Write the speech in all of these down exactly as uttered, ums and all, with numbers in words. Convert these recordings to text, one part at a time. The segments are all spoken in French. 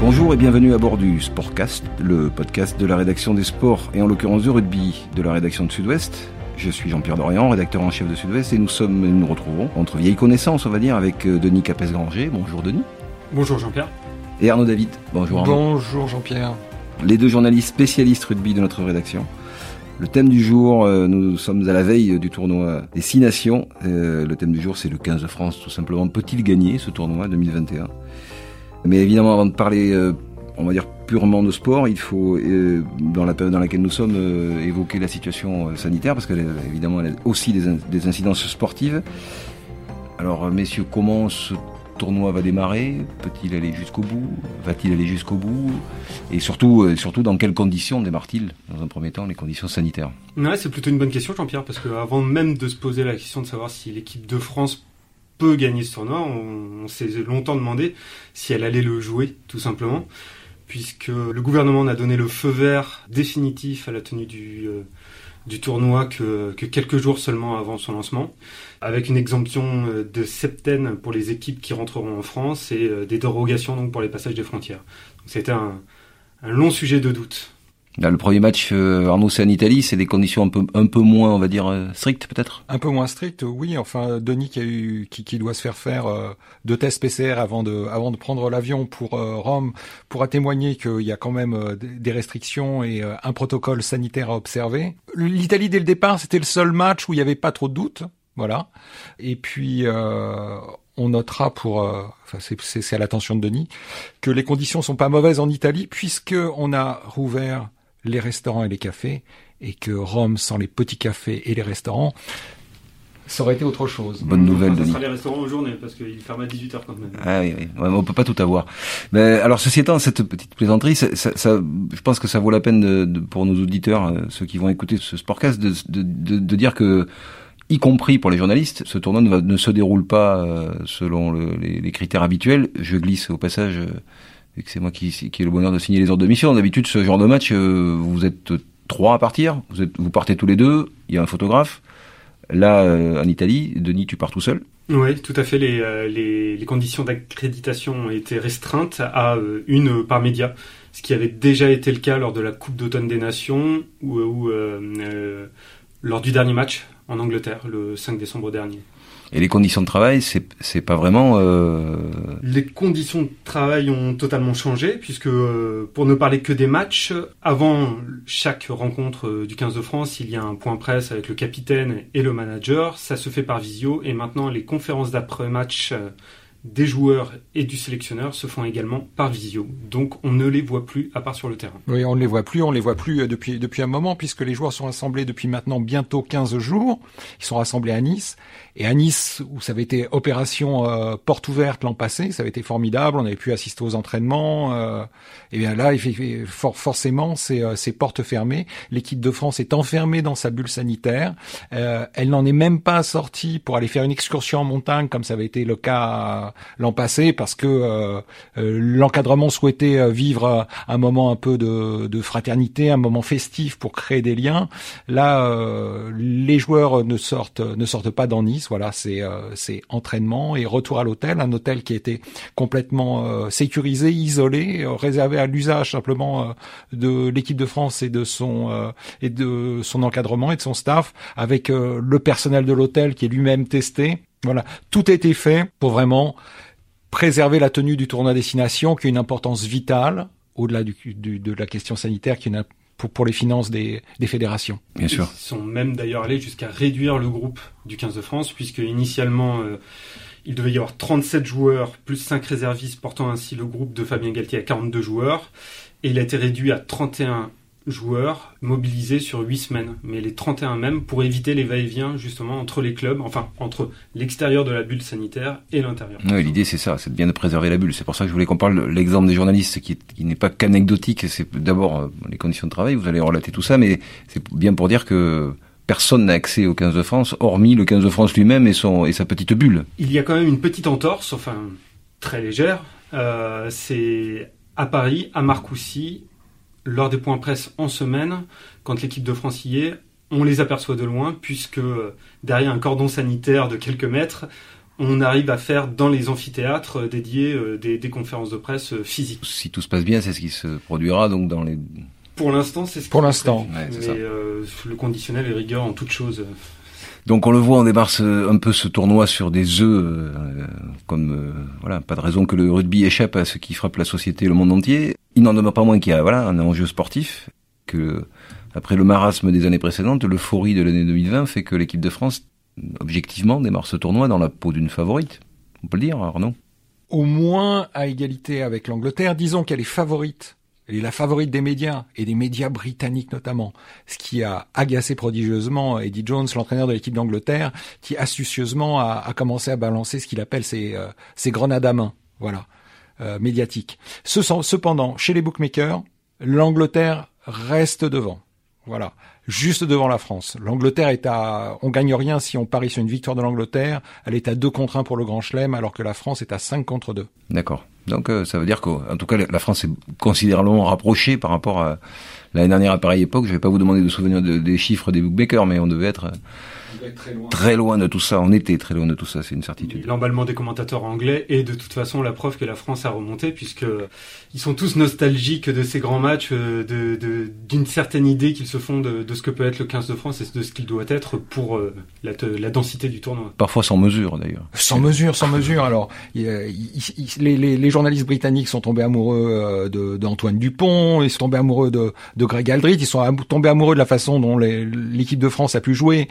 Bonjour et bienvenue à bord du Sportcast, le podcast de la rédaction des sports et en l'occurrence de rugby de la rédaction de Sud-Ouest. Je suis Jean-Pierre Dorian, rédacteur en chef de Sud-Ouest et nous sommes, nous nous retrouvons entre vieilles connaissances, on va dire, avec Denis Capes-Granger. Bonjour Denis. Bonjour Jean-Pierre. Et Arnaud David. Bonjour Arnaud. Bonjour Jean-Pierre. Les deux journalistes spécialistes rugby de notre rédaction. Le thème du jour, euh, nous sommes à la veille du tournoi des Six Nations. Euh, le thème du jour, c'est le quinze de France, tout simplement. Peut-il gagner ce tournoi deux mille vingt et un ? Mais évidemment, avant de parler, euh, on va dire purement de sport, il faut, euh, dans la période dans laquelle nous sommes, euh, évoquer la situation euh, sanitaire, parce qu'elle a évidemment elle a aussi des, in- des incidences sportives. Alors, messieurs, comment ce tournoi va démarrer ? Peut-il aller jusqu'au bout ? Va-t-il aller jusqu'au bout ? Et surtout, euh, surtout, dans quelles conditions démarre-t-il, dans un premier temps, les conditions sanitaires ? Ouais, c'est plutôt une bonne question Jean-Pierre, parce qu'avant même de se poser la question de savoir si l'équipe de France peut gagner ce tournoi, on, on s'est longtemps demandé si elle allait le jouer, tout simplement, puisque le gouvernement n'a donné le feu vert définitif à la tenue du, euh, du tournoi que, que quelques jours seulement avant son lancement, avec une exemption de septaine pour les équipes qui rentreront en France et euh, des dérogations donc pour les passages des frontières. Donc c'était un, un long sujet de doute. Là, le premier match, euh, Arnaud, c'est en Italie, c'est des conditions un peu, un peu moins, on va dire, euh, strictes peut-être ? Un peu moins strict, oui. Enfin, Denis qui a eu, qui, qui doit se faire faire euh, deux tests P C R avant de, avant de prendre l'avion pour euh, Rome, pourra témoigner qu'il y a quand même euh, des restrictions et euh, un protocole sanitaire à observer. L'Italie, dès le départ, c'était le seul match où il n'y avait pas trop de doutes, voilà. Et puis, euh, on notera pour, euh, enfin, c'est, c'est, c'est à l'attention de Denis, que les conditions sont pas mauvaises en Italie puisque on a rouvert les restaurants et les cafés, et que Rome, sans les petits cafés et les restaurants, ça aurait été autre chose. Bonne nouvelle, enfin, ça Denis. sera les restaurants aux journées, parce qu'ils ferment à dix-huit heures quand même. Ah oui, oui. Ouais, on peut pas tout avoir. Mais alors, ceci étant, cette petite plaisanterie, ça, ça, ça, je pense que ça vaut la peine de, de, pour nos auditeurs, euh, ceux qui vont écouter ce Sportcast, de, de, de, de dire que, y compris pour les journalistes, ce tournoi ne, va, ne se déroule pas euh, selon le, les, les critères habituels. Je glisse au passage, euh, et que c'est moi qui, qui ai le bonheur de signer les ordres de mission. D'habitude, ce genre de match, euh, vous êtes trois à partir, vous, êtes, vous partez tous les deux, il y a un photographe. Là, euh, en Italie, Denis, tu pars tout seul ? Oui, tout à fait. Les, euh, les, les conditions d'accréditation ont été restreintes à euh, une par média, ce qui avait déjà été le cas lors de la Coupe d'automne des Nations ou, ou euh, euh, lors du dernier match en Angleterre, le cinq décembre dernier. Et les conditions de travail, c'est, c'est pas vraiment... Euh... Les conditions de travail ont totalement changé, puisque euh, pour ne parler que des matchs, avant chaque rencontre euh, du quinze de France, il y a un point presse avec le capitaine et le manager, ça se fait par visio, et maintenant les conférences d'après-match euh, des joueurs et du sélectionneur se font également par visio. Donc on ne les voit plus à part sur le terrain. Oui, on ne les voit plus, on ne les voit plus depuis, depuis un moment, puisque les joueurs sont rassemblés depuis maintenant bientôt quinze jours. Ils sont rassemblés à Nice. Et à Nice, où ça avait été opération euh, porte ouverte l'an passé, ça avait été formidable, on avait pu assister aux entraînements. Euh, et bien là, il fait, for, forcément, c'est, euh, c'est portes fermées. L'équipe de France est enfermée dans sa bulle sanitaire. Euh, elle n'en est même pas sortie pour aller faire une excursion en montagne, comme ça avait été le cas l'an passé, parce que euh, euh, l'encadrement souhaitait vivre un moment un peu de, de fraternité, un moment festif pour créer des liens. Là, euh, les joueurs ne sortent ne sortent pas dans Nice. Voilà, c'est euh, c'est entraînement et retour à l'hôtel, un hôtel qui était complètement euh, sécurisé, isolé, euh, réservé à l'usage simplement euh, de l'équipe de France et de son euh, et de son encadrement et de son staff, avec euh, le personnel de l'hôtel qui est lui-même testé. Voilà, tout a été fait pour vraiment préserver la tenue du tournoi Destination, qui a une importance vitale, au-delà du, du, de la question sanitaire, qui est une, pour, pour les finances des, des fédérations. Bien sûr. Ils sont même d'ailleurs allés jusqu'à réduire le groupe du quinze de France, puisque initialement, euh, il devait y avoir trente-sept joueurs, plus cinq réservistes, portant ainsi le groupe de Fabien Galtier à quarante-deux joueurs, et il a été réduit à trente et un joueurs mobilisés sur huit semaines, mais les trente et un même pour éviter les va-et-vient justement entre les clubs, enfin entre l'extérieur de la bulle sanitaire et l'intérieur. Oui, l'idée c'est ça, c'est de bien de préserver la bulle. C'est pour ça que je voulais qu'on parle de l'exemple des journalistes qui, qui n'est pas qu'anecdotique, c'est d'abord euh, les conditions de travail, vous allez relater tout ça, mais c'est bien pour dire que personne n'a accès au quinze de France, hormis le quinze de France lui-même et, son, et sa petite bulle. Il y a quand même une petite entorse, enfin très légère, euh, c'est à Paris, à Marcoussis, lors des points presse en semaine, quand l'équipe de France y est, on les aperçoit de loin, puisque derrière un cordon sanitaire de quelques mètres, on arrive à faire dans les amphithéâtres dédiés euh, des, des conférences de presse euh, physiques. Si tout se passe bien, c'est ce qui se produira donc dans les... Pour l'instant, c'est ce Pour l'instant. Ouais, c'est mais ça. euh, le conditionnel est rigueur en toute chose. Donc on le voit, on démarre ce, un peu ce tournoi sur des œufs, euh, comme euh, voilà, pas de raison que le rugby échappe à ce qui frappe la société et le monde entier. Il n'en demeure pas moins qu'il y a voilà un enjeu sportif, que après le marasme des années précédentes, l'euphorie de l'année deux mille vingt fait que l'équipe de France, objectivement, démarre ce tournoi dans la peau d'une favorite. On peut le dire, Arnaud. Au moins à égalité avec l'Angleterre. Disons qu'elle est favorite. Elle est la favorite des médias, et des médias britanniques notamment. Ce qui a agacé prodigieusement Eddie Jones, l'entraîneur de l'équipe d'Angleterre, qui astucieusement a, a commencé à balancer ce qu'il appelle ses, euh, ses grenades à main, voilà, euh, médiatiques. Ce, cependant, chez les bookmakers, l'Angleterre reste devant. Voilà. Juste devant la France. L'Angleterre est à, on gagne rien si on parie sur une victoire de l'Angleterre. Elle est à deux contre un pour le Grand Chelem, alors que la France est à cinq contre deux. D'accord. Donc euh, ça veut dire qu'en tout cas la France est considérablement rapprochée par rapport à l'année dernière à pareille époque. Je vais pas vous demander de souvenir de, des chiffres des bookmakers, mais on devait être... Très loin. très loin de tout ça, on était très loin de tout ça, c'est une certitude. L'emballement des commentateurs anglais est de toute façon la preuve que la France a remonté, puisque ils sont tous nostalgiques de ces grands matchs, de, de, d'une certaine idée qu'ils se font de, de ce que peut être le quinze de France et de ce qu'il doit être pour euh, la, la densité du tournoi. Parfois sans mesure d'ailleurs. Sans mesure, sans mesure. Alors, il, il, il, les, les, les journalistes britanniques sont tombés amoureux de, d'Antoine Dupont, ils sont tombés amoureux de, de Greg Aldrit, ils sont tombés amoureux de la façon dont les, l'équipe de France a pu jouer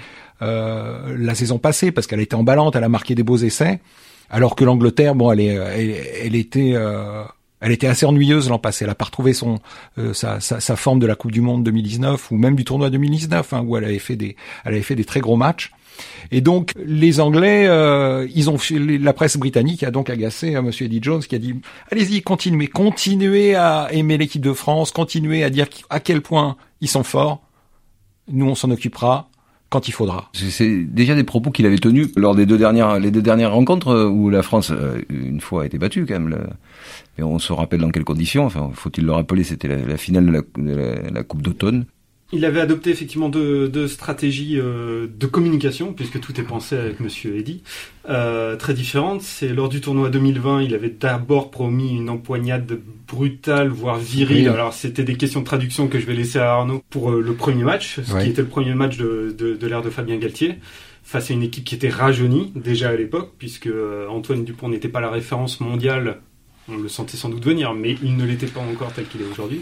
Euh, la saison passée, parce qu'elle était emballante, elle a marqué des beaux essais, alors que l'Angleterre, bon, elle, est, elle, elle était, euh, elle était assez ennuyeuse l'an passé. Elle a pas retrouvé son, euh, sa, sa, sa forme de la Coupe du Monde deux mille dix-neuf ou même du tournoi deux mille dix-neuf, hein, où elle avait fait des, elle avait fait des très gros matchs. Et donc les Anglais, euh, ils ont, la presse britannique a donc agacé euh, Monsieur Eddie Jones, qui a dit allez-y, continuez, continuez à aimer l'équipe de France, continuez à dire à quel point ils sont forts. Nous, on s'en occupera quand il faudra. C'est déjà des propos qu'il avait tenus lors des deux dernières, les deux dernières rencontres où la France, une fois, a été battue quand même. Le... Et on se rappelle dans quelles conditions. Enfin, faut-il le rappeler, c'était la, la finale de la, de la, la Coupe d'automne. Il avait adopté effectivement deux, deux stratégies euh, de communication, puisque tout est pensé avec Monsieur Eddy, euh, très différentes. C'est lors du tournoi deux mille vingt, il avait d'abord promis une empoignade brutale, voire virile. Oui. Alors c'était des questions de traduction que je vais laisser à Arnaud pour euh, le premier match, ce oui. qui était le premier match de, de, de l'ère de Fabien Galtier, face à une équipe qui était rajeunie déjà à l'époque, puisque euh, Antoine Dupont n'était pas la référence mondiale. On le sentait sans doute venir, mais il ne l'était pas encore tel qu'il est aujourd'hui.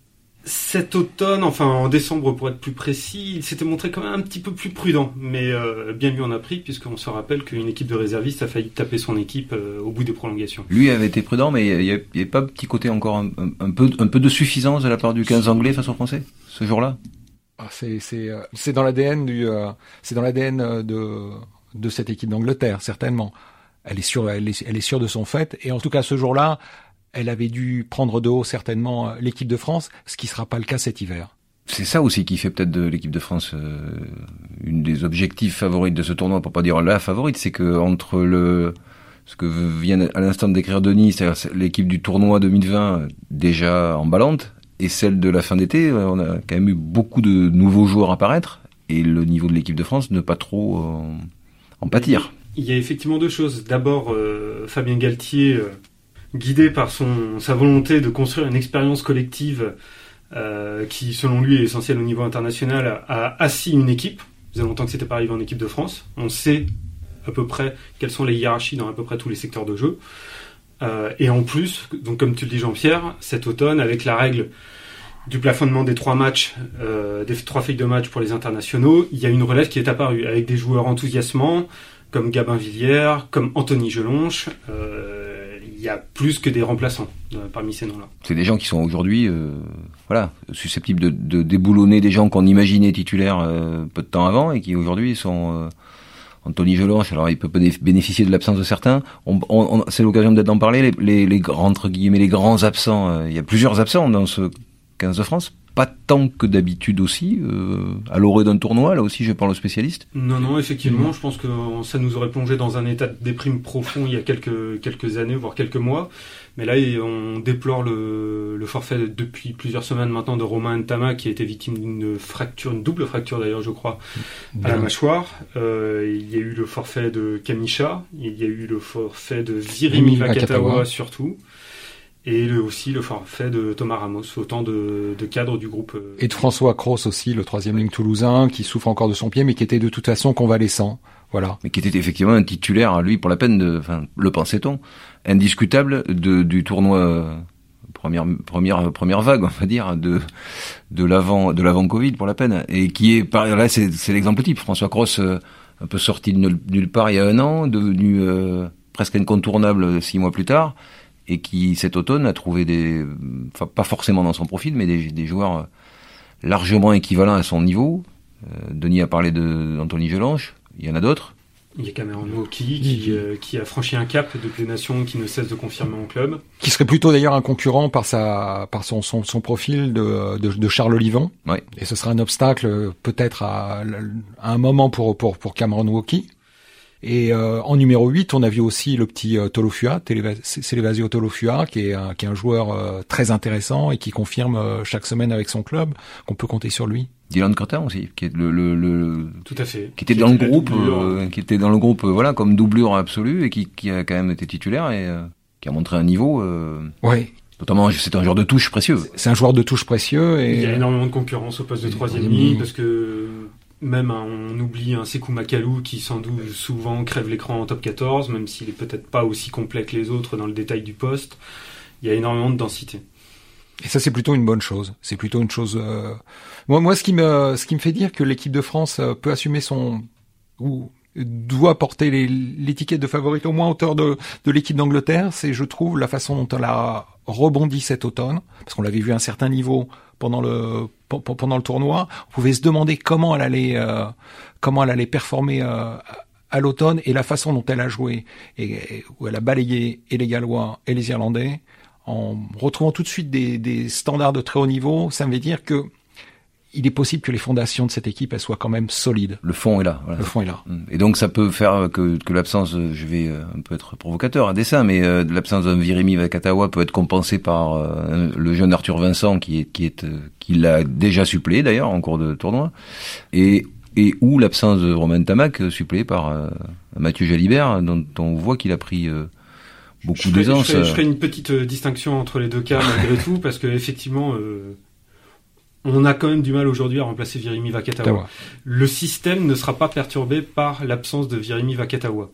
Cet automne, enfin en décembre pour être plus précis, il s'était montré quand même un petit peu plus prudent, mais euh, bien lui en a pris, puisqu'on se rappelle qu'une équipe de réservistes a failli taper son équipe euh, au bout des prolongations. Lui avait été prudent, mais il n'y avait pas un petit côté encore un, un, un, peu, un peu de suffisance de la part du quinze anglais face aux Français, ce jour-là. Ah, c'est, c'est, euh, c'est dans l'A D N du, euh, c'est dans l'A D N de, de cette équipe d'Angleterre, certainement. Elle est sûre, elle est, elle est sûre de son fait, et en tout cas ce jour-là, elle avait dû prendre de haut certainement l'équipe de France, ce qui ne sera pas le cas cet hiver. C'est ça aussi qui fait peut-être de l'équipe de France euh, une des objectifs favorites de ce tournoi, pour pas dire la favorite, c'est que entre le ce que vient à l'instant de décrire Denis, c'est-à-dire l'équipe du tournoi deux mille vingt déjà emballante, et celle de la fin d'été, on a quand même eu beaucoup de nouveaux joueurs apparaître, et le niveau de l'équipe de France ne pas trop euh, en pâtir. Il y a effectivement deux choses. D'abord, euh, Fabien Galtier, euh, guidé par son, sa volonté de construire une expérience collective euh, qui, selon lui, est essentielle au niveau international, a assis une équipe. Ça faisait longtemps que c'était pas arrivé en équipe de France. On sait à peu près quelles sont les hiérarchies dans à peu près tous les secteurs de jeu. Euh, et en plus, donc comme tu le dis Jean-Pierre, cet automne, avec la règle du plafonnement des trois matchs, euh, des trois feuilles de match pour les internationaux, il y a une relève qui est apparue avec des joueurs enthousiasmants, comme Gabin Villière, comme Anthony Gelonche. Euh, il y a plus que des remplaçants euh, parmi ces noms-là. C'est des gens qui sont aujourd'hui euh, voilà, susceptibles de, de déboulonner des gens qu'on imaginait titulaires euh, peu de temps avant et qui aujourd'hui sont... Euh, Anthony Gelonche, alors il peut bénéficier de l'absence de certains. On, on, on, c'est l'occasion d'en parler. Les, les, les entre guillemets les grands absents. Euh, il y a plusieurs absents dans ce quinze de France. pas tant que d'habitude aussi, euh, à l'orée d'un tournoi, là aussi je parle au spécialiste. Non, non, effectivement, mmh. je pense que ça nous aurait plongé dans un état de déprime profond il y a quelques, quelques années, voire quelques mois. Mais là, on déplore le, le forfait depuis plusieurs semaines maintenant de Romain Ntama, qui a été victime d'une fracture, une double fracture d'ailleurs, je crois, à la mâchoire. Euh, il y a eu le forfait de Kamisha, il y a eu le forfait de Virimi Vakatawa surtout. Et le, aussi le forfait de Thomas Ramos, autant de, de cadres du groupe. Et de François Cros aussi, le troisième ligne toulousain, qui souffre encore de son pied, mais qui était de toute façon convalescent. Voilà. Mais qui était effectivement un titulaire, lui, pour la peine de, enfin, le pensait-on, indiscutable de, du tournoi, euh, première, première, première vague, on va dire, de, de l'avant, de l'avant Covid, pour la peine. Et qui est, par là, c'est, c'est l'exemple type. François Cros, euh, un peu sorti de nulle, nulle part il y a un an, devenu, euh, presque incontournable six mois plus tard. Et qui, cet automne, a trouvé des, enfin, pas forcément dans son profil, mais des, des joueurs largement équivalents à son niveau. Euh, Denis a parlé de, d'Anthony Gelange, il y en a d'autres. Il y a Cameron Wauquiez qui, euh, qui a franchi un cap depuis des nations qui ne cesse de confirmer en club. Qui serait plutôt d'ailleurs un concurrent par sa, par son, son, son profil de, de, de Charles Olivon. Ouais. Et ce sera un obstacle peut-être à, à un moment pour, pour, pour Cameron Wauquiez. Et euh, en numéro huit, on a vu aussi le petit euh, Tolofua, Célevasio Tolofua, qui est un, qui est un joueur euh, très intéressant et qui confirme euh, chaque semaine avec son club qu'on peut compter sur lui. Dylan Curtin aussi, qui est le, le, le tout à fait, qui était qui dans était le groupe, euh, qui était dans le groupe, euh, voilà, comme doublure absolue et qui, qui a quand même été titulaire et euh, qui a montré un niveau. Euh, oui. Notamment, c'est un joueur de touche précieux. C'est un joueur de touche précieux et il y a énormément de concurrence au poste de troisième ligne parce que. Même hein, on oublie un Sekou Makalou qui sans doute souvent crève l'écran en top quatorze, même s'il est peut-être pas aussi complet que les autres dans le détail du poste. Il y a énormément de densité. Et ça, c'est plutôt une bonne chose. C'est plutôt une chose. Euh... Moi, moi, ce qui me, ce qui me fait dire que l'équipe de France peut assumer son ou doit porter les, l'étiquette de favorite au moins à hauteur de, de l'équipe d'Angleterre, c'est, je trouve, la façon dont elle a rebondi cet automne, parce qu'on l'avait vu à un certain niveau pendant le pendant le tournoi. On pouvait se demander comment elle allait euh, comment elle allait performer euh, à l'automne et la façon dont elle a joué et, et où elle a balayé et les Gallois et les Irlandais en retrouvant tout de suite des, des standards de très haut niveau. Ça me veut dire que il est possible que les fondations de cette équipe elles soient quand même solides. Le fond est là. Voilà. Le fond est là. Et donc ça peut faire que, que l'absence, je vais un peu être provocateur à dessein, mais euh, l'absence d'un Virimi Vakatawa peut être compensée par euh, le jeune Arthur Vincent qui est qui est euh, qui l'a déjà suppléé d'ailleurs en cours de tournoi, et et ou l'absence de Romain Ntama suppléé par euh, Mathieu Jalibert dont on voit qu'il a pris euh, beaucoup je d'aisance. Je ferai, je ferai une petite euh, distinction entre les deux cas malgré tout parce que effectivement. Euh... On a quand même du mal aujourd'hui à remplacer Virimi Vakatawa. Le système ne sera pas perturbé par l'absence de Virimi Vakatawa.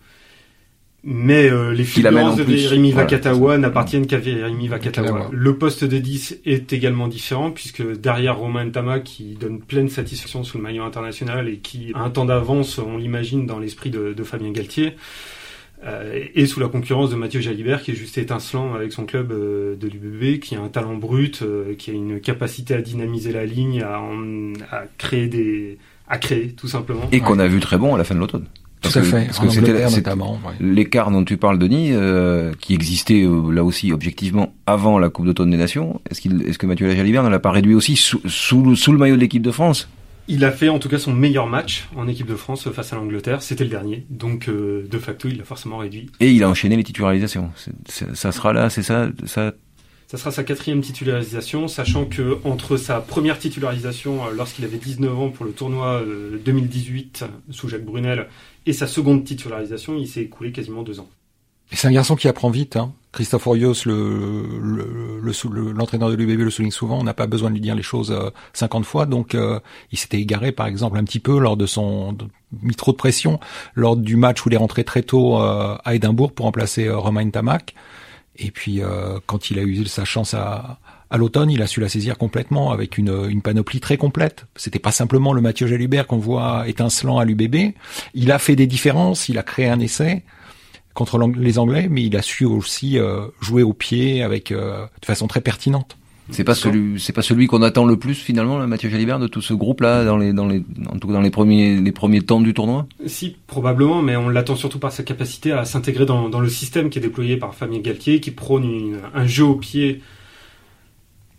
Mais euh, les fulgurances de Virimi voilà, Vakatawa n'appartiennent qu'à Virimi Vakatawa. Le poste de dix est également différent puisque derrière Romain Ntama qui donne pleine satisfaction sous le maillot international et qui a un temps d'avance, on l'imagine, dans l'esprit de, de Fabien Galtier, Euh, et sous la concurrence de Mathieu Jalibert qui est juste étincelant avec son club euh, de l'U B B, qui a un talent brut, euh, qui a une capacité à dynamiser la ligne, à, à créer des, à créer tout simplement. Et qu'on a vu très bon à la fin de l'automne. Tout à fait. Parce que c'était notamment, ouais. L'écart dont tu parles, Denis, euh, qui existait euh, là aussi objectivement avant la Coupe d'automne des Nations. Est-ce qu'il, est-ce que Mathieu Jalibert ne l'a pas réduit aussi sous, sous, sous le maillot de l'équipe de France? Il a fait en tout cas son meilleur match en équipe de France face à l'Angleterre, c'était le dernier, donc euh, de facto il l'a forcément réduit. Et il a enchaîné les titularisations, c'est, c'est, ça sera là, c'est ça, ça Ça sera sa quatrième titularisation, sachant que entre sa première titularisation euh, lorsqu'il avait dix-neuf ans pour le tournoi euh, deux mille dix-huit sous Jacques Brunel et sa seconde titularisation, il s'est écoulé quasiment deux ans. Et c'est un garçon qui apprend vite, hein. Christophe Orios, le, le, le, le, l'entraîneur de l'U B B, le souligne souvent, on n'a pas besoin de lui dire les choses euh, cinquante fois, donc euh, il s'était égaré par exemple un petit peu lors de son... De, mis trop de pression lors du match où il est rentré très tôt euh, à Édimbourg pour remplacer euh, Romain Ntama. Et puis euh, quand il a eu sa chance à, à l'automne, il a su la saisir complètement avec une, une panoplie très complète. C'était pas simplement le Mathieu Jalibert qu'on voit étincelant à l'U B B, il a fait des différences, il a créé un essai contre les Anglais, mais il a su aussi euh, jouer au pied avec euh, de façon très pertinente. C'est pas celui, c'est pas celui qu'on attend le plus finalement, Mathieu Jalibert, de tout ce groupe-là dans les, dans les, en tout cas dans les premiers, les premiers temps du tournoi. Si, probablement, mais on l'attend surtout par sa capacité à s'intégrer dans, dans le système qui est déployé par Fabien Galtier, qui prône une, un jeu au pied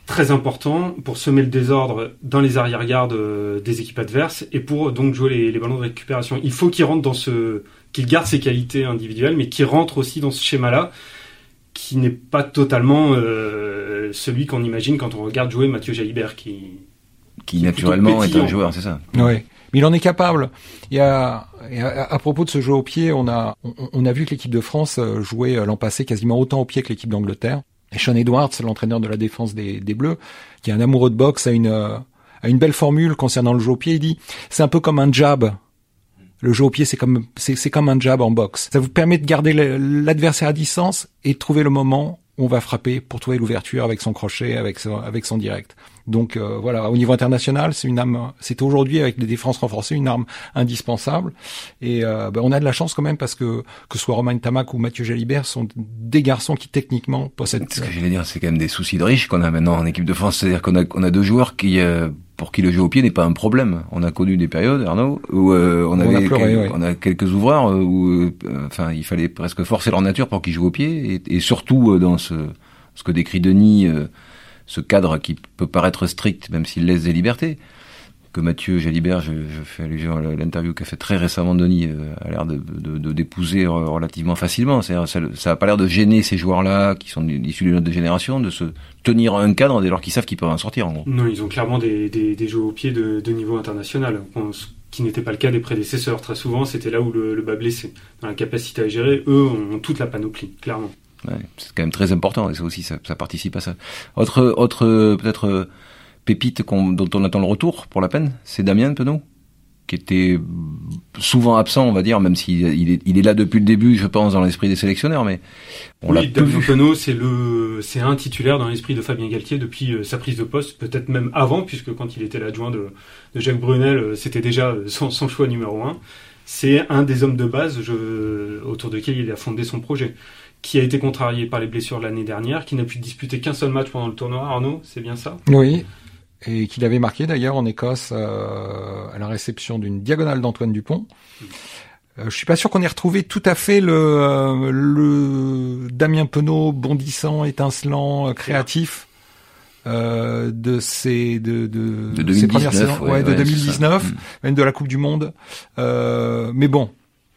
très important pour semer le désordre dans les arrière-gardes euh, des équipes adverses et pour donc jouer les, les ballons de récupération. Il faut qu'il rentre dans ce, qu'il garde ses qualités individuelles, mais qu'il rentre aussi dans ce schéma-là, qui n'est pas totalement euh, celui qu'on imagine quand on regarde jouer Mathieu Jalibert, qui qui, qui naturellement est un joueur, c'est ça. Oui. Mais il en est capable. Il y a, à, à propos de ce jeu au pied, on a, on, on a vu que l'équipe de France jouait l'an passé quasiment autant au pied que l'équipe d'Angleterre. Et Sean Edwards, l'entraîneur de la défense des, des Bleus, qui est un amoureux de boxe, a une, a une belle formule concernant le jeu au pied. Il dit, c'est un peu comme un jab. Le jeu au pied, c'est comme, c'est, c'est comme un jab en boxe. Ça vous permet de garder l'adversaire à distance et de trouver le moment où on va frapper pour trouver l'ouverture avec son crochet, avec son, avec son direct. Donc euh, voilà, au niveau international, c'est une arme, c'est aujourd'hui avec des défenses renforcées une arme indispensable. Et euh, ben, on a de la chance quand même parce que que ce soit Romain Ntamack ou Mathieu Jalibert sont des garçons qui techniquement possèdent. Ce que j'allais dire, c'est quand même des soucis de riches qu'on a maintenant en équipe de France, c'est-à-dire qu'on a on a deux joueurs qui euh, pour qui le jeu au pied n'est pas un problème. On a connu des périodes, Arnaud, où euh, on, on avait a pleuré, quelques, oui. on a quelques ouvreurs euh, où euh, enfin il fallait presque forcer leur nature pour qu'ils jouent au pied et, et surtout euh, dans ce ce que décrit Denis. Euh, ce cadre qui peut paraître strict, même s'il laisse des libertés, que Mathieu Jalibert, je, je fais allusion à l'interview qu'a fait très récemment Denis, euh, a l'air de, de, de d'épouser relativement facilement. C'est-à-dire, ça, ça a pas l'air de gêner ces joueurs-là, qui sont issus de notre génération, de se tenir à un cadre dès lors qu'ils savent qu'ils peuvent en sortir, en gros. Non, ils ont clairement des, des, des jeux au pied de, de niveau international, qui n'était pas le cas des prédécesseurs. Très souvent, c'était là où le, le bas blessait. Dans la capacité à gérer, eux ont toute la panoplie, clairement. Ouais, c'est quand même très important et ça aussi ça, ça participe à ça. Autre autre peut-être pépite qu'on, dont on attend le retour pour la peine, c'est Damien Penaud, qui était souvent absent, on va dire, même s'il il est, il est là depuis le début, je pense, dans l'esprit des sélectionneurs, mais on oui, l'a peu vu. Damien Penaud, c'est le c'est un titulaire dans l'esprit de Fabien Galtier depuis euh, sa prise de poste, peut-être même avant, puisque quand il était l'adjoint de, de Jacques Brunel, euh, c'était déjà son, son choix numéro un. C'est un des hommes de base je, autour de qui il a fondé son projet, qui a été contrarié par les blessures l'année dernière, qui n'a pu disputer qu'un seul match pendant le tournoi. Arnaud, c'est bien ça ? Oui, et qu'il avait marqué d'ailleurs en Écosse euh, à la réception d'une diagonale d'Antoine Dupont. Euh, je suis pas sûr qu'on ait retrouvé tout à fait le, euh, le Damien Penaud bondissant, étincelant, créatif euh, de ces de de, de ces premières saisons, ouais, ouais, de ouais, deux mille dix-neuf, même de la Coupe du Monde. Euh, mais bon.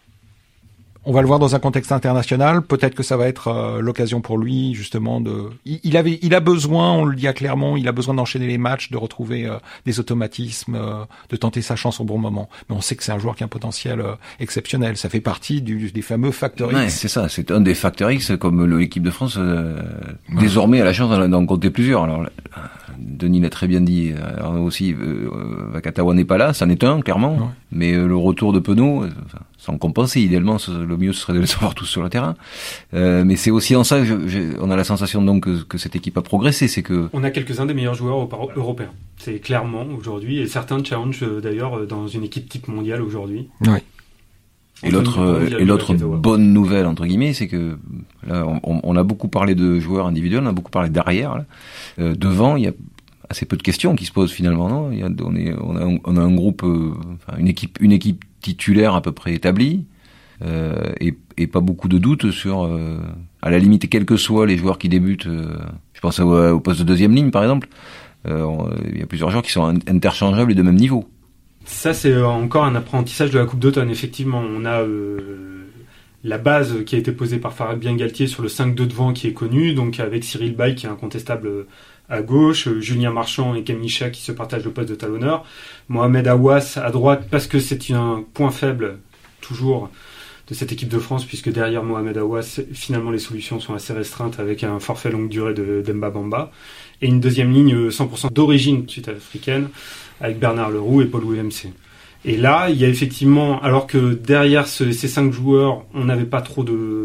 On va le voir dans un contexte international. Peut-être que ça va être euh, l'occasion pour lui, justement, de. Il, il avait, il a besoin, on le dit à Clermont, il a besoin d'enchaîner les matchs, de retrouver euh, des automatismes, euh, de tenter sa chance au bon moment. Mais on sait que c'est un joueur qui a un potentiel euh, exceptionnel. Ça fait partie du, des fameux facteurs X. Ouais, c'est ça. C'est un des facteurs X, comme le, l'équipe de France euh, ouais. désormais a la chance d'en, d'en compter plusieurs. Alors, Denis l'a très bien dit. Alors aussi, euh, Vakatawa n'est pas là, ça n'est un clairement. Ouais. Mais euh, le retour de Penaud. Euh, enfin, sans compenser, idéalement, le mieux ce serait de les avoir tous sur le terrain. Euh, mais c'est aussi en ça que je, je, on a la sensation donc que, que cette équipe a progressé, c'est que on a quelques-uns des meilleurs joueurs européens. C'est clairement aujourd'hui, et certains challenge d'ailleurs dans une équipe type mondiale aujourd'hui. Oui. Et l'autre, et l'autre bonne nouvelle entre guillemets, c'est que là, on, on a beaucoup parlé de joueurs individuels, on a beaucoup parlé d'arrière. Là. Euh, devant, il y a assez peu de questions qui se posent finalement, non ? Il y a, on, est, on a, on a un groupe, euh, enfin, une équipe, une équipe titulaire à peu près établie, euh, et, et pas beaucoup de doutes sur, euh, à la limite, quels que soient les joueurs qui débutent. Euh, je pense au, au poste de deuxième ligne, par exemple. Euh, il y a plusieurs joueurs qui sont interchangeables et de même niveau. Ça, c'est encore un apprentissage de la Coupe d'automne. Effectivement, on a euh, la base qui a été posée par Fabien Galtier sur le cinq deux devant qui est connu, donc avec Cyril Baye qui est incontestable à gauche, Julien Marchand et Kamisha qui se partagent le poste de talonneur, Mohamed Aouas à droite parce que c'est un point faible toujours de cette équipe de France, puisque derrière Mohamed Aouas, finalement les solutions sont assez restreintes avec un forfait longue durée de Demba Bamba, et une deuxième ligne cent pour cent d'origine sud-africaine avec Bernard Leroux et Paul Willemse. Et là, il y a effectivement, alors que derrière ce, ces cinq joueurs, on n'avait pas trop de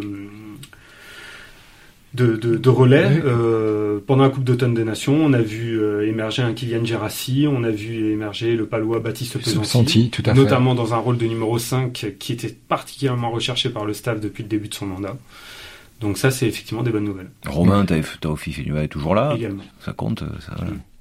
de, de, de relais. Oui. Euh, pendant la Coupe d'automne des Nations, on a vu euh, émerger un Kylian Gerassi, on a vu émerger le Palois Baptiste Pesanti, tout à notamment fait. dans un rôle de numéro cinq qui était particulièrement recherché par le staff depuis le début de son mandat. Donc ça, c'est effectivement des bonnes nouvelles. Romain Taofi est toujours là. Également. Ça compte. Ça, voilà.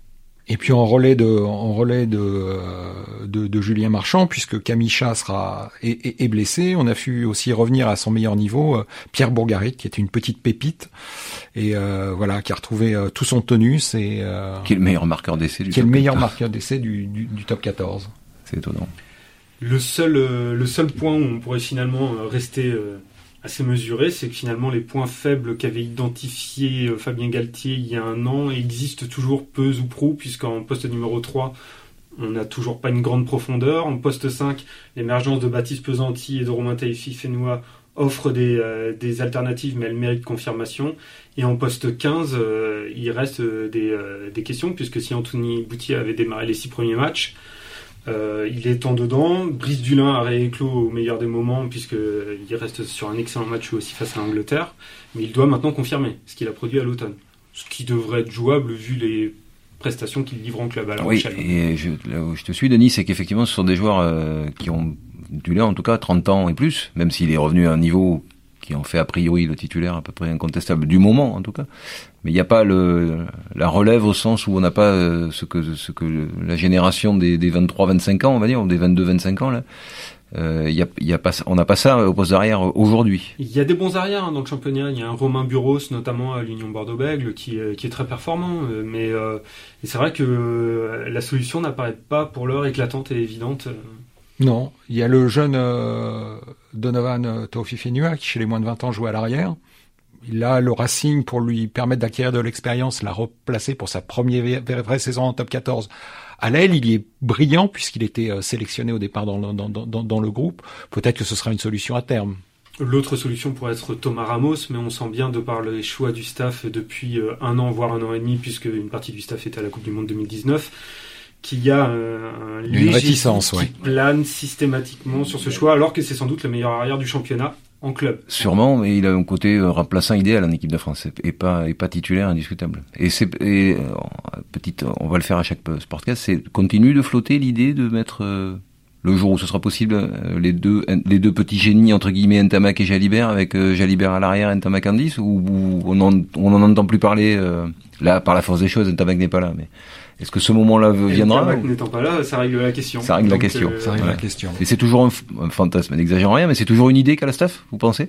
Et puis en relais de, en relais de, euh, de, de Julien Marchand, puisque Kamisha sera est, est, est blessé, on a vu aussi revenir à son meilleur niveau euh, Pierre Bourgarit, qui était une petite pépite et euh, voilà, qui a retrouvé euh, tout son tonus et euh, qui est le meilleur marqueur d'essai du qui est top le meilleur quatorze. marqueur d'essai du, du, du top quatorze. C'est étonnant. Le seul, euh, le seul point où on pourrait finalement euh, rester euh, assez mesuré, c'est que finalement les points faibles qu'avait identifié euh, Fabien Galtier il y a un an existent toujours peu ou prou, puisqu'en poste numéro trois, on n'a toujours pas une grande profondeur. En poste cinq, l'émergence de Baptiste Pesanti et de Romain Taifi-Fenois offre des, euh, des alternatives, mais elles méritent confirmation. Et en poste quinze, euh, il reste euh, des, euh, des questions, puisque si Anthony Boutier avait démarré les six premiers matchs, Euh, il est en dedans. Brice Dulin a rééclos au meilleur des moments, puisqu'il reste sur un excellent match aussi face à l'Angleterre, mais il doit maintenant confirmer ce qu'il a produit à l'automne, ce qui devrait être jouable vu les prestations qu'il livre en club à La Rochelle. Oui, et je, là où je te suis, Denis, c'est qu'effectivement ce sont des joueurs euh, qui ont Dulin en tout cas trente ans et plus, même s'il est revenu à un niveau qui en fait a priori le titulaire à peu près incontestable du moment en tout cas. Mais il n'y a pas le la relève au sens où on n'a pas euh, ce que ce que le, la génération des, des vingt-trois vingt-cinq ans, on va dire, ou des vingt-deux vingt-cinq ans là. Euh, y a, y a pas, on n'a pas ça au poste d'arrière aujourd'hui. Il y a des bons arrières hein, dans le championnat. Il y a un Romain Buros, notamment à l'Union Bordeaux-Bègles, qui, euh, qui est très performant. Euh, mais euh, et c'est vrai que euh, la solution n'apparaît pas pour l'heure éclatante et évidente. Non, il y a le jeune euh, Donovan Taofifenua qui, chez les moins de vingt ans, joue à l'arrière. Il a le Racing pour lui permettre d'acquérir de l'expérience, l'a replacé pour sa première vraie saison en top quatorze. À l'aile, il y est brillant puisqu'il était sélectionné au départ dans le, dans, dans, dans le groupe. Peut-être que ce sera une solution à terme. L'autre solution pourrait être Thomas Ramos, mais on sent bien de par les choix du staff depuis un an, voire un an et demi, puisque une partie du staff était à la Coupe du Monde deux mille dix-neuf, qu'il y a un, un léger réticence, qui ouais. plane systématiquement sur ce choix, alors que c'est sans doute le meilleur arrière du championnat en club. Sûrement, mais il a un côté remplaçant idéal en équipe de France et pas et pas titulaire indiscutable. Et c'est et, euh, petite, on va le faire à chaque sportcast, c'est continue de flotter l'idée de mettre euh, le jour où ce sera possible euh, les deux les deux petits génies entre guillemets Ntamak et Jalibert, avec euh, Jalibert à l'arrière, Ntamak en dix, ou, ou on en on en entend plus parler euh, là par la force des choses. Ntamak n'est pas là, mais est-ce que ce moment-là viendra? Ntamak n'étant pas là, ça règle la question. Ça règle Donc, la question. Euh, ça règle voilà. la question. Et c'est toujours un, f- un fantasme, n'exagérons rien, mais c'est toujours une idée qu'a la staff, vous pensez?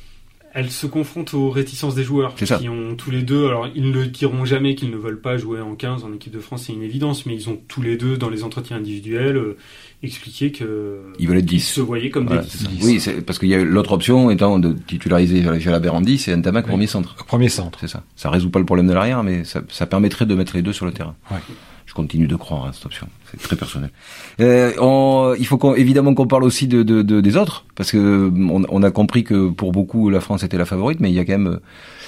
Elle se confronte aux réticences des joueurs C'est ça. qui ont tous les deux, alors ils ne diront jamais qu'ils ne veulent pas jouer en quinze en équipe de France, c'est une évidence, mais ils ont tous les deux dans les entretiens individuels euh, expliqué que Ils veulent être dix. se voyaient comme Voilà, des c'est dix. ça. Oui, c'est parce qu'il y a l'autre option étant de titulariser Jalabert en dix et Ntamak Oui. premier centre. Premier centre. C'est ça. Ça résout pas le problème de l'arrière, mais ça, ça permettrait de mettre les deux sur le terrain. Ouais. Je continue de croire à cette option. C'est très personnel. Euh, on, il faut qu'on, évidemment qu'on parle aussi de, de, de des autres, parce que on, on a compris que pour beaucoup la France était la favorite, mais il y a quand même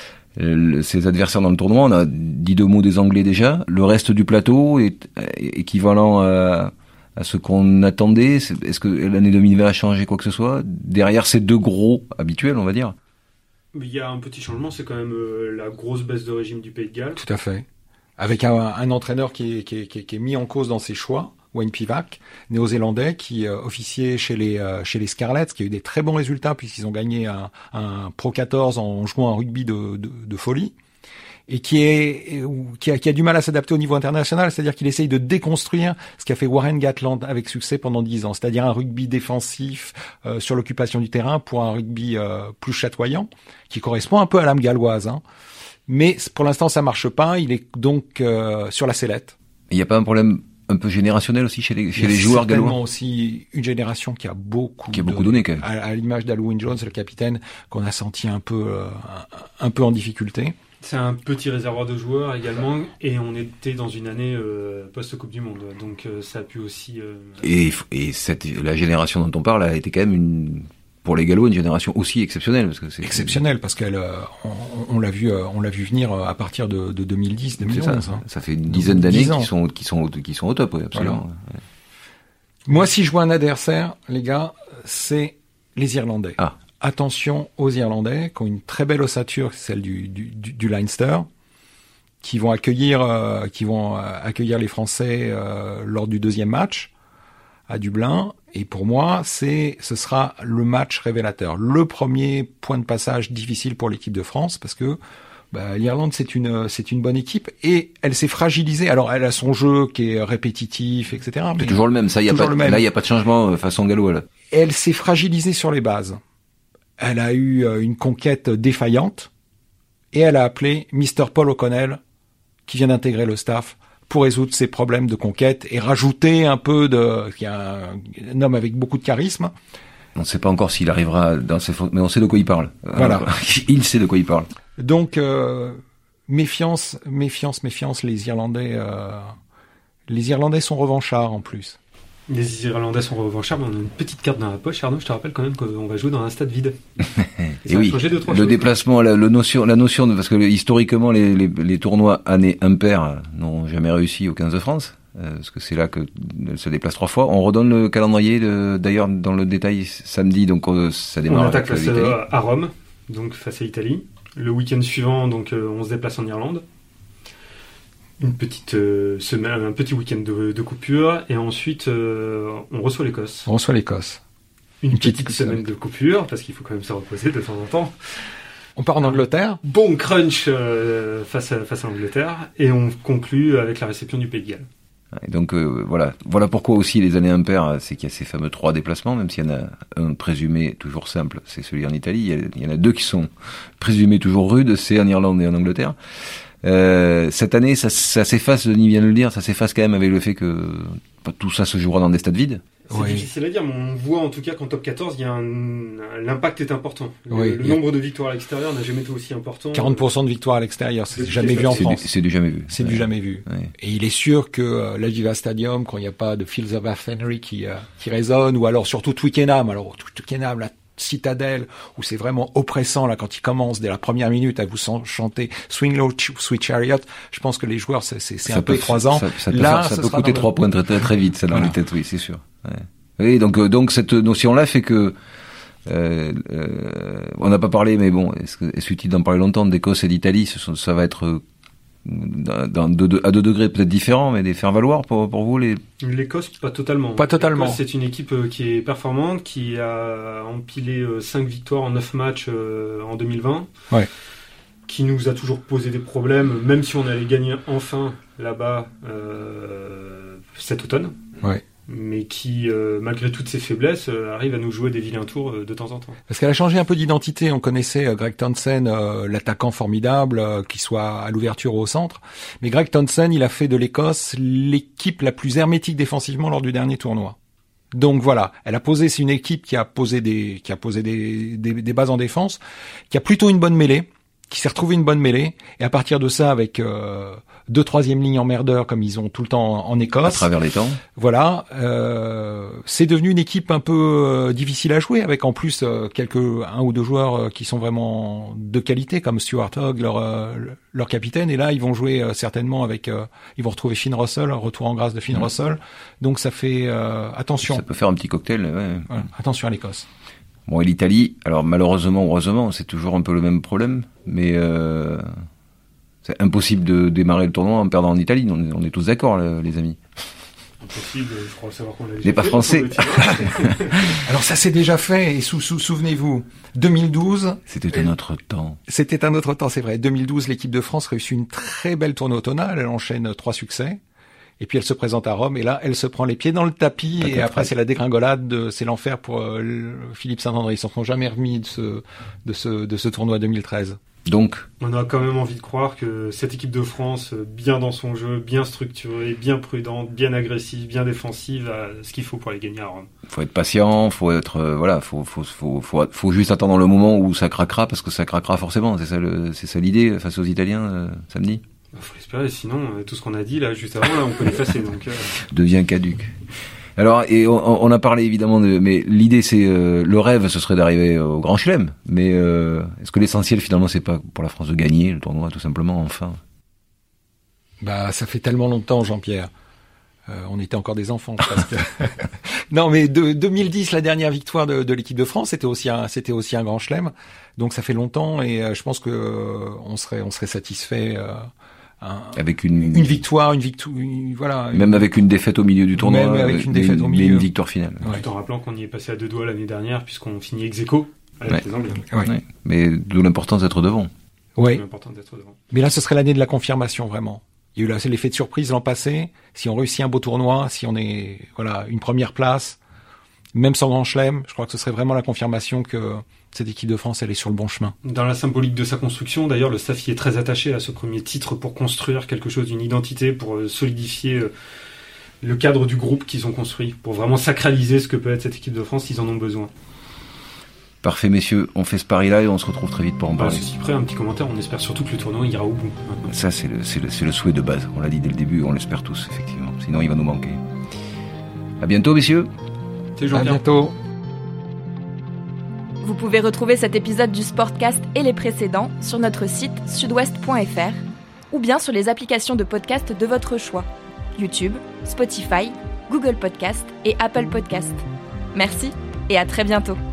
euh, ses adversaires dans le tournoi. On a dit deux mots des Anglais déjà. Le reste du plateau est, est équivalent à, à ce qu'on attendait. Est-ce que l'année deux mille vingt a changé quoi que ce soit derrière ces deux gros habituels, on va dire? Mais il y a un petit changement, c'est quand même euh, la grosse baisse de régime du Pays de Galles. Tout à fait. Avec un, un entraîneur qui est, qui, est, qui, est, qui est mis en cause dans ses choix, Wayne Pivac, néo-zélandais, qui euh, officiait chez les euh, chez les Scarlets, qui a eu des très bons résultats puisqu'ils ont gagné un, un Pro quatorze en jouant un rugby de, de, de folie, et qui est qui a, qui a du mal à s'adapter au niveau international, c'est-à-dire qu'il essaye de déconstruire ce qu'a fait Warren Gatland avec succès pendant dix ans, c'est-à-dire un rugby défensif euh, sur l'occupation du terrain pour un rugby euh, plus chatoyant, qui correspond un peu à l'âme galloise, hein. Mais pour l'instant, ça marche pas. Il est donc euh, sur la sellette. Il n'y a pas un problème un peu générationnel aussi chez les, chez les joueurs gallois? Il y a certainement aussi une génération qui a beaucoup, qui a beaucoup donné quand même. À, à l'image d'Alwyn Jones, le capitaine, qu'on a senti un peu, euh, un, un peu en difficulté. C'est un petit réservoir de joueurs également, et on était dans une année euh, post-Coupe du Monde, donc euh, ça a pu aussi... Euh... Et, et cette, la génération dont on parle a été quand même une... pour les Gallois, une génération aussi exceptionnelle, parce que c'est exceptionnelle parce qu'elle, euh, on, on l'a vu, euh, on l'a vu venir à partir de, de deux mille dix, deux mille onze. Ça, hein. ça fait une dizaine d'années qui sont, qui sont, qui sont au top, oui, absolument. Voilà. Ouais. Moi, si je vois un adversaire, les gars, c'est les Irlandais. Ah. Attention aux Irlandais, qui ont une très belle ossature, celle du, du, du, du Leinster, qui vont accueillir, euh, qui vont euh, accueillir les Français euh, lors du deuxième match à Dublin. Et pour moi, c'est, ce sera le match révélateur. Le premier point de passage difficile pour l'équipe de France, parce que Bah, l'Irlande, c'est une, c'est une bonne équipe et elle s'est fragilisée. Alors, elle a son jeu qui est répétitif, et cetera. C'est toujours le même. Ça, y a pas, là, il n'y a pas de changement façon gallois, là. Elle s'est fragilisée sur les bases. Elle a eu une conquête défaillante et elle a appelé mister Paul O'Connell, qui vient d'intégrer le staff, pour résoudre ses problèmes de conquête et rajouter un peu de, qui est un, un homme avec beaucoup de charisme. On ne sait pas encore s'il arrivera dans ses fonds, mais on sait de quoi il parle. Voilà. Il sait de quoi il parle. Donc, euh, méfiance, méfiance, méfiance, les Irlandais, euh, les Irlandais sont revanchards en plus. Les Irlandais sont revanchards, mais on a une petite carte dans la poche. Arnaud, je te rappelle quand même qu'on va jouer dans un stade vide. Et, et oui, deux, le choses. déplacement, la, le notion, la notion de, parce que historiquement, les, les, les tournois année impair n'ont jamais réussi au quinze de France. Euh, parce que c'est là que se déplace trois fois. On redonne le calendrier, de, d'ailleurs, dans le détail samedi, donc euh, ça démarre. On attaque face à, à Rome, donc face à l'Italie. Le week-end suivant, donc euh, on se déplace en Irlande. Une petite euh, semaine, un petit week-end de, de coupure, et ensuite euh, on reçoit l'Écosse. On reçoit l'Écosse. Une, Une petite, petite semaine de coupure, parce qu'il faut quand même se reposer de temps en temps. On part en Angleterre. Bon crunch euh, face à face à l'Angleterre, et on conclut avec la réception du Pays de Galles. Et donc euh, voilà, voilà pourquoi aussi les années impaires, c'est qu'il y a ces fameux trois déplacements, même s'il y en a un présumé toujours simple, c'est celui en Italie. Il y, a, il y en a deux qui sont présumés toujours rudes, c'est en Irlande et en Angleterre. Euh, cette année, ça, ça s'efface, Denis vient de le dire, ça s'efface quand même avec le fait que tout ça se jouera dans des stades vides. C'est oui. difficile à dire, mais on voit en tout cas qu'en top quatorze, il y a un, l'impact est important. Le, oui, le nombre a... de victoires à l'extérieur n'a jamais été aussi important. quarante pour cent de victoires à l'extérieur, c'est jamais vu en c'est France. Du, c'est du jamais vu. C'est ouais. du jamais vu. Ouais. Et il est sûr que euh, l'Aviva Stadium, quand il n'y a pas de Fields of Athenry qui, euh, qui résonne, ou alors surtout Twickenham, alors Twickenham, la Citadelle, où c'est vraiment oppressant, là, quand il commence dès la première minute à vous chanter Swing Low, Sweet Chariot, je pense que les joueurs, c'est, c'est, c'est un peu trois ans. Ça, ça peut, là, faire, ça peut coûter trois le... points très, très, très vite, ça, dans voilà. les têtes, oui, c'est sûr. Ouais. Oui, donc, euh, donc, cette notion-là fait que, euh, euh, on n'a pas parlé, mais bon, est-ce, que, est-ce utile d'en parler longtemps, d'Écosse et d'Italie, ce sont, ça va être, euh, dans deux, à deux degrés peut-être différents, mais des faire valoir pour, pour vous, les... L'Écosse, pas totalement. Pas totalement. L'Écosse, c'est une équipe qui est performante, qui a empilé cinq victoires en neuf matchs en deux mille vingt. Ouais. Qui nous a toujours posé des problèmes, même si on allait gagner enfin là-bas euh, cet automne. Ouais. Mais qui, euh, malgré toutes ses faiblesses, euh, arrive à nous jouer des vilains tours euh, de temps en temps. Parce qu'elle a changé un peu d'identité. On connaissait euh, Greg Townsend, euh, l'attaquant formidable, euh, qui soit à l'ouverture ou au centre. Mais Greg Townsend, il a fait de l'Écosse l'équipe la plus hermétique défensivement lors du dernier tournoi. Donc voilà, elle a posé, c'est une équipe qui a posé des, qui a posé des, des, des bases en défense, qui a plutôt une bonne mêlée, qui s'est retrouvé une bonne mêlée, et à partir de ça, avec euh, deux troisième lignes emmerdeurs comme ils ont tout le temps en, en Écosse, à travers les temps, voilà, euh, c'est devenu une équipe un peu euh, difficile à jouer, avec en plus euh, quelques un ou deux joueurs euh, qui sont vraiment de qualité, comme Stuart Hogg, leur euh, leur capitaine, et là ils vont jouer euh, certainement avec, euh, ils vont retrouver Finn Russell, retour en grâce de Finn mmh. Russell, donc ça fait euh, attention. Ça peut faire un petit cocktail, ouais. Voilà, attention à l'Écosse. Bon, et l'Italie, alors malheureusement, heureusement, c'est toujours un peu le même problème, mais euh, c'est impossible de démarrer le tournoi en perdant en Italie, on est, on est tous d'accord, les amis. Impossible, je crois savoir qu'on l'a déjà fait. Les pas français. Alors ça s'est déjà fait, et sou- sou- souvenez-vous, deux mille douze... C'était un autre temps. C'était un autre temps, c'est vrai. deux mille douze, l'équipe de France réussit une très belle tournée automnale, elle enchaîne trois succès. Et puis elle se présente à Rome, et là, elle se prend les pieds dans le tapis, Pas et après, c'est la dégringolade, de, c'est l'enfer pour euh, Philippe Saint-André. Ils s'en sont jamais remis de ce, de ce, de ce tournoi deux mille treize. Donc, on a quand même envie de croire que cette équipe de France, bien dans son jeu, bien structurée, bien prudente, bien agressive, bien défensive, a ce qu'il faut pour aller gagner à Rome. Faut être patient, faut être, euh, voilà, faut, faut, faut, faut, faut juste attendre le moment où ça craquera, parce que ça craquera forcément. C'est ça, le, c'est ça l'idée face aux Italiens euh, samedi. Il faut l'espérer, sinon euh, tout ce qu'on a dit là juste avant, là, on peut l'effacer. Donc euh... devient caduque. Alors, et on, on a parlé évidemment de, mais l'idée c'est euh, le rêve, ce serait d'arriver au Grand Chelem. Mais euh, est-ce que l'essentiel finalement c'est pas pour la France de gagner le tournoi tout simplement enfin? Bah, ça fait tellement longtemps, Jean-Pierre. Euh, on était encore des enfants. Parce que... non, mais de, deux mille dix, la dernière victoire de, de l'équipe de France, c'était aussi un, c'était aussi un Grand Chelem. Donc ça fait longtemps, et euh, je pense que euh, on serait, on serait satisfait. Euh, Un, avec une une victoire, une victoire, voilà. Même une... avec une défaite au milieu du tournoi, même avec une défaite mais, au milieu, mais une victoire finale. Ouais. Tout en rappelant qu'on y est passé à deux doigts l'année dernière puisqu'on finit ex aequo avec ouais. les Anglais. Ouais. Ouais. Mais d'où l'importance d'être devant. Oui. C'est important d'être devant. Mais là, ce serait l'année de la confirmation, vraiment. Il y a eu là, c'est l'effet de surprise l'an passé. Si on réussit un beau tournoi, si on est, voilà, une première place, même sans grand chelem, je crois que ce serait vraiment la confirmation que cette équipe de France, elle est sur le bon chemin. Dans la symbolique de sa construction, d'ailleurs, le staff y est très attaché à ce premier titre pour construire quelque chose, une identité, pour solidifier le cadre du groupe qu'ils ont construit, pour vraiment sacraliser ce que peut être cette équipe de France, ils en ont besoin. Parfait, messieurs, on fait ce pari-là et on se retrouve très vite pour en parler. Ceci près, un petit commentaire, on espère surtout que le tournoi ira au bout. Ça, c'est le, c'est le, c'est le souhait de base. On l'a dit dès le début, on l'espère tous, effectivement. Sinon, il va nous manquer. À bientôt, messieurs. C'est Jean-Pierre. À bientôt. Vous pouvez retrouver cet épisode du Sportcast et les précédents sur notre site sudouest point f r ou bien sur les applications de podcast de votre choix. YouTube, Spotify, Google Podcast et Apple Podcast. Merci et à très bientôt.